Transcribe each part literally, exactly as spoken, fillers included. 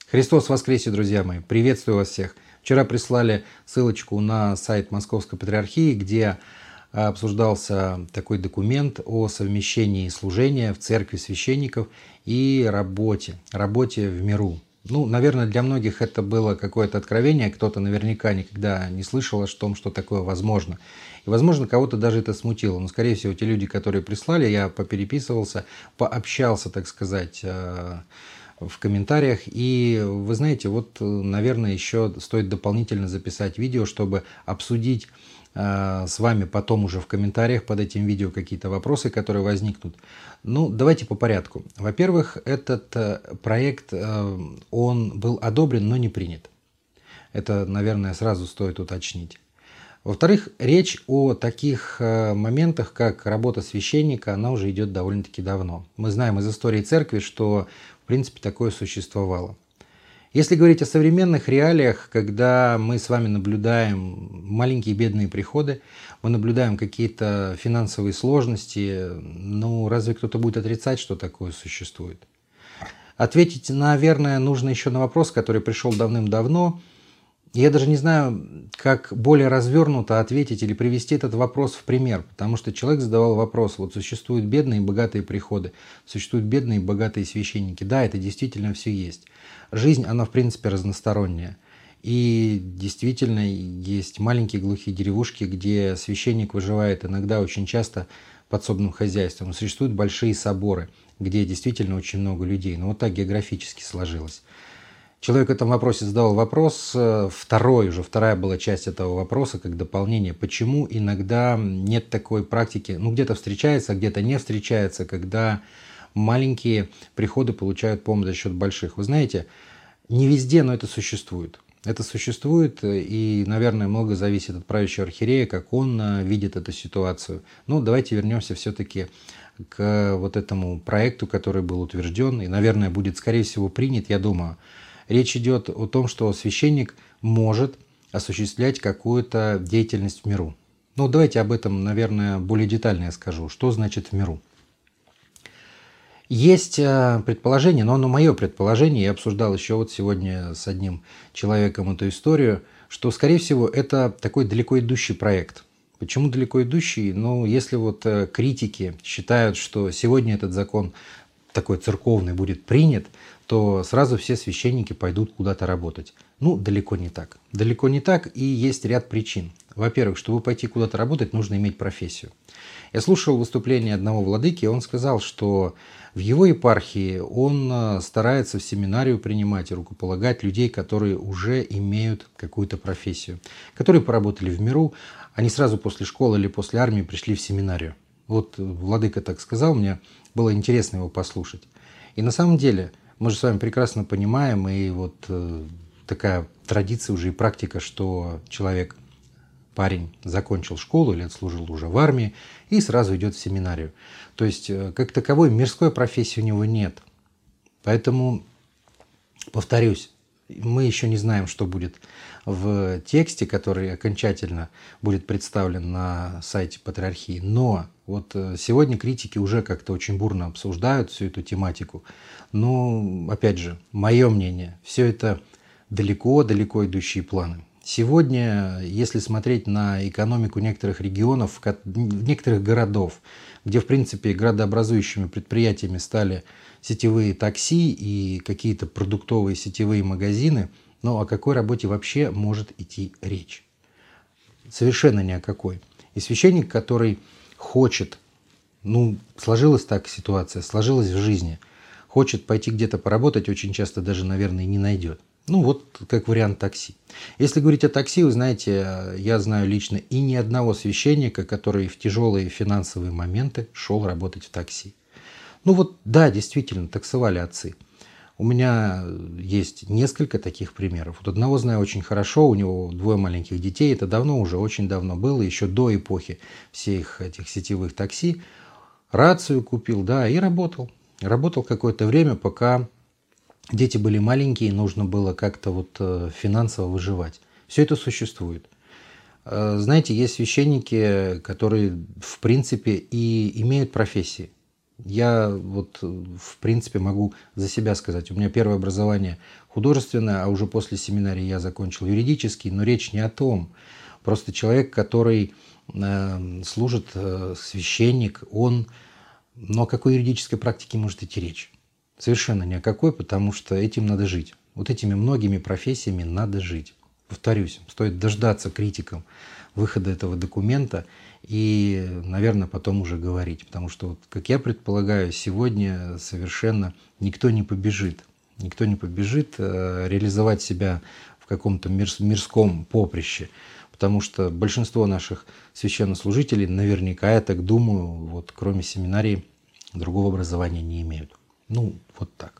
Христос воскресе, друзья мои! Приветствую вас всех! Вчера прислали ссылочку на сайт Московской Патриархии, где обсуждался такой документ о совмещении служения в церкви священников и работе, работе в миру. Ну, наверное, для многих это было какое-то откровение, кто-то наверняка никогда не слышал о том, что такое возможно. И, возможно, кого-то даже это смутило. Но, скорее всего, те люди, которые прислали, я попереписывался, пообщался, так сказать, в комментариях. И вы знаете, вот, наверное, еще стоит дополнительно записать видео, чтобы обсудить с вами потом уже в комментариях под этим видео какие-то вопросы, которые возникнут. Ну, давайте по порядку. Во-первых, этот проект, он был одобрен, но не принят. Это, наверное, сразу стоит уточнить. Во-вторых, речь о таких моментах, как работа священника, она уже идет довольно-таки давно. Мы знаем из истории церкви, что, в принципе, такое существовало. Если говорить о современных реалиях, когда мы с вами наблюдаем маленькие бедные приходы, мы наблюдаем какие-то финансовые сложности, ну, разве кто-то будет отрицать, что такое существует? Ответить, наверное, нужно еще на вопрос, который пришел давным-давно. Я даже не знаю, как более развернуто ответить или привести этот вопрос в пример, потому что человек задавал вопрос, вот существуют бедные и богатые приходы, существуют бедные и богатые священники. Да, это действительно все есть. Жизнь, она в принципе разносторонняя. И действительно есть маленькие глухие деревушки, где священник выживает иногда очень часто подсобным хозяйством. Существуют большие соборы, где действительно очень много людей. Но вот так географически сложилось. Человек в этом вопросе задал вопрос, второй уже, вторая была часть этого вопроса, как дополнение, почему иногда нет такой практики, ну где-то встречается, а где-то не встречается, когда маленькие приходы получают помощь за счет больших. Вы знаете, не везде, но это существует. Это существует, и, наверное, много зависит от правящего архиерея, как он видит эту ситуацию. Но давайте вернемся все-таки к вот этому проекту, который был утвержден, и, наверное, будет, скорее всего, принят, я думаю. Речь идет о том, что священник может осуществлять какую-то деятельность в миру. Ну, давайте об этом, наверное, более детально я скажу. Что значит в миру? Есть предположение, но оно мое предположение, я обсуждал еще вот сегодня с одним человеком эту историю, что, скорее всего, это такой далеко идущий проект. Почему далеко идущий? Ну, если вот критики считают, что сегодня этот закон такой церковный будет принят, то сразу все священники пойдут куда-то работать. Ну, далеко не так. Далеко не так, и есть ряд причин. Во-первых, чтобы пойти куда-то работать, нужно иметь профессию. Я слушал выступление одного владыки, и он сказал, что в его епархии он старается в семинарию принимать и рукополагать людей, которые уже имеют какую-то профессию, которые поработали в миру, они сразу после школы или после армии пришли в семинарию. Вот владыка так сказал, мне было интересно его послушать. И на самом деле, мы же с вами прекрасно понимаем, и вот э, такая традиция уже и практика, что человек, парень, закончил школу или отслужил уже в армии и сразу идет в семинарию. То есть, э, как таковой, мирской профессии у него нет. Поэтому, повторюсь, мы еще не знаем, что будет в тексте, который окончательно будет представлен на сайте Патриархии. Но вот сегодня критики уже как-то очень бурно обсуждают всю эту тематику. Но, опять же, мое мнение, все это далеко-далеко идущие планы. Сегодня, если смотреть на экономику некоторых регионов, некоторых городов, где, в принципе, градообразующими предприятиями стали сетевые такси и какие-то продуктовые сетевые магазины, но о какой работе вообще может идти речь? Совершенно ни о какой. И священник, который хочет, ну, сложилась так ситуация, сложилась в жизни, хочет пойти где-то поработать, очень часто даже, наверное, не найдет. Ну, вот как вариант такси. Если говорить о такси, вы знаете, я знаю лично и ни одного священника, который в тяжелые финансовые моменты шел работать в такси. Ну вот, да, действительно, таксовали отцы. У меня есть несколько таких примеров. Вот одного знаю очень хорошо, у него двое маленьких детей. Это давно уже, очень давно было, еще до эпохи всех этих сетевых такси. Рацию купил, да, и работал. Работал какое-то время, пока дети были маленькие, нужно было как-то вот финансово выживать. Все это существует. Знаете, есть священники, которые, в принципе, и имеют профессии. Я вот, в принципе, могу за себя сказать. У меня первое образование художественное, а уже после семинарии я закончил юридический, но речь не о том. Просто человек, который э, служит, э, священник, он... Но о какой юридической практике может идти речь? Совершенно ни о какой, потому что этим надо жить. Вот этими многими профессиями надо жить. Повторюсь, стоит дождаться критикам выхода этого документа и, наверное, потом уже говорить. Потому что, вот, как я предполагаю, сегодня совершенно никто не побежит. Никто не побежит э, реализовать себя в каком-то мирском поприще. Потому что большинство наших священнослужителей, наверняка, я так думаю, вот, кроме семинарии, другого образования не имеют. Ну, вот так.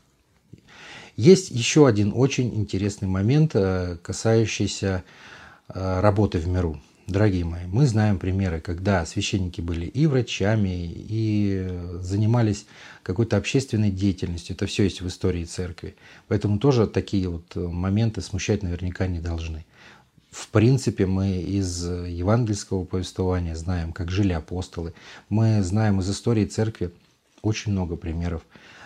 Есть еще один очень интересный момент, касающийся работы в миру. Дорогие мои, мы знаем примеры, когда священники были и врачами, и занимались какой-то общественной деятельностью. Это все есть в истории церкви. Поэтому тоже такие вот моменты смущать наверняка не должны. В принципе, мы из евангельского повествования знаем, как жили апостолы. Мы знаем из истории церкви очень много примеров.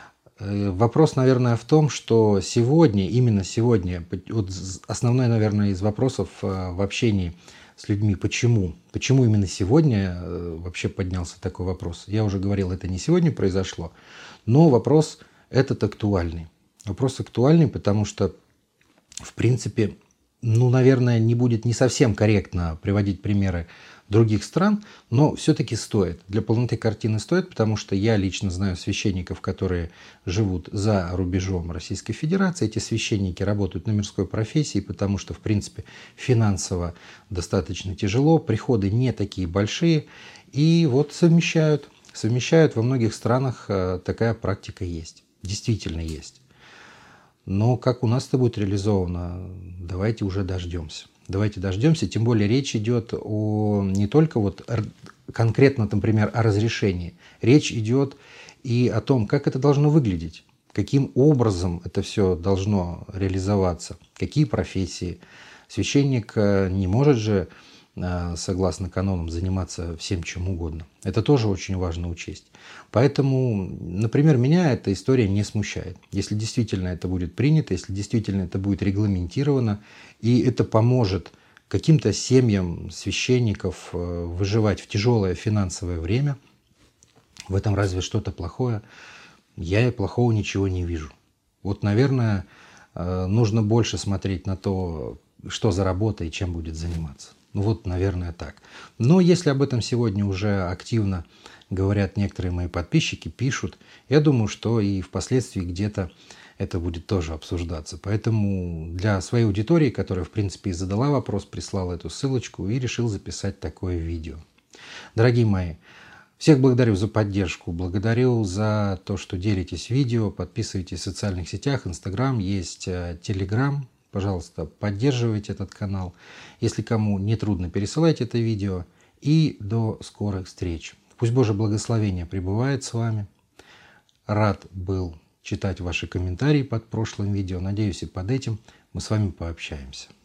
Вопрос, наверное, в том, что сегодня, именно сегодня, вот основной, наверное, из вопросов в общении с людьми, почему? Почему именно сегодня вообще поднялся такой вопрос? Я уже говорил, это не сегодня произошло, но вопрос этот актуальный. Вопрос актуальный, потому что, в принципе, ну, наверное, не будет не совсем корректно приводить примеры других стран, но все-таки стоит. Для полноты картины стоит, потому что я лично знаю священников, которые живут за рубежом Российской Федерации. Эти священники работают на мирской профессии, потому что, в принципе, финансово достаточно тяжело, приходы не такие большие, и вот совмещают. Совмещают во многих странах, такая практика есть. Действительно есть. Но как у нас это будет реализовано, давайте уже дождемся. Давайте дождемся, тем более речь идет о, не только вот конкретно, например, о разрешении. Речь идет и о том, как это должно выглядеть, каким образом это все должно реализоваться, какие профессии. Священник не может же, согласно канонам, заниматься всем чем угодно. Это тоже очень важно учесть. Поэтому, например, меня эта история не смущает. Если действительно это будет принято, если действительно это будет регламентировано, и это поможет каким-то семьям священников выживать в тяжелое финансовое время, в этом разве что-то плохое? Я и плохого ничего не вижу. Вот, наверное, нужно больше смотреть на то, что за работа и чем будет заниматься. Ну вот, наверное, так. Но если об этом сегодня уже активно говорят некоторые мои подписчики, пишут, я думаю, что и впоследствии где-то это будет тоже обсуждаться. Поэтому для своей аудитории, которая, в принципе, и задала вопрос, прислала эту ссылочку и решил записать такое видео. Дорогие мои, всех благодарю за поддержку, благодарю за то, что делитесь видео, подписывайтесь в социальных сетях, Инстаграм, есть Телеграм. Пожалуйста, поддерживайте этот канал. Если кому не трудно, пересылайте это видео. И до скорых встреч. Пусть Божье благословение пребывает с вами. Рад был читать ваши комментарии под прошлым видео. Надеюсь, и под этим мы с вами пообщаемся.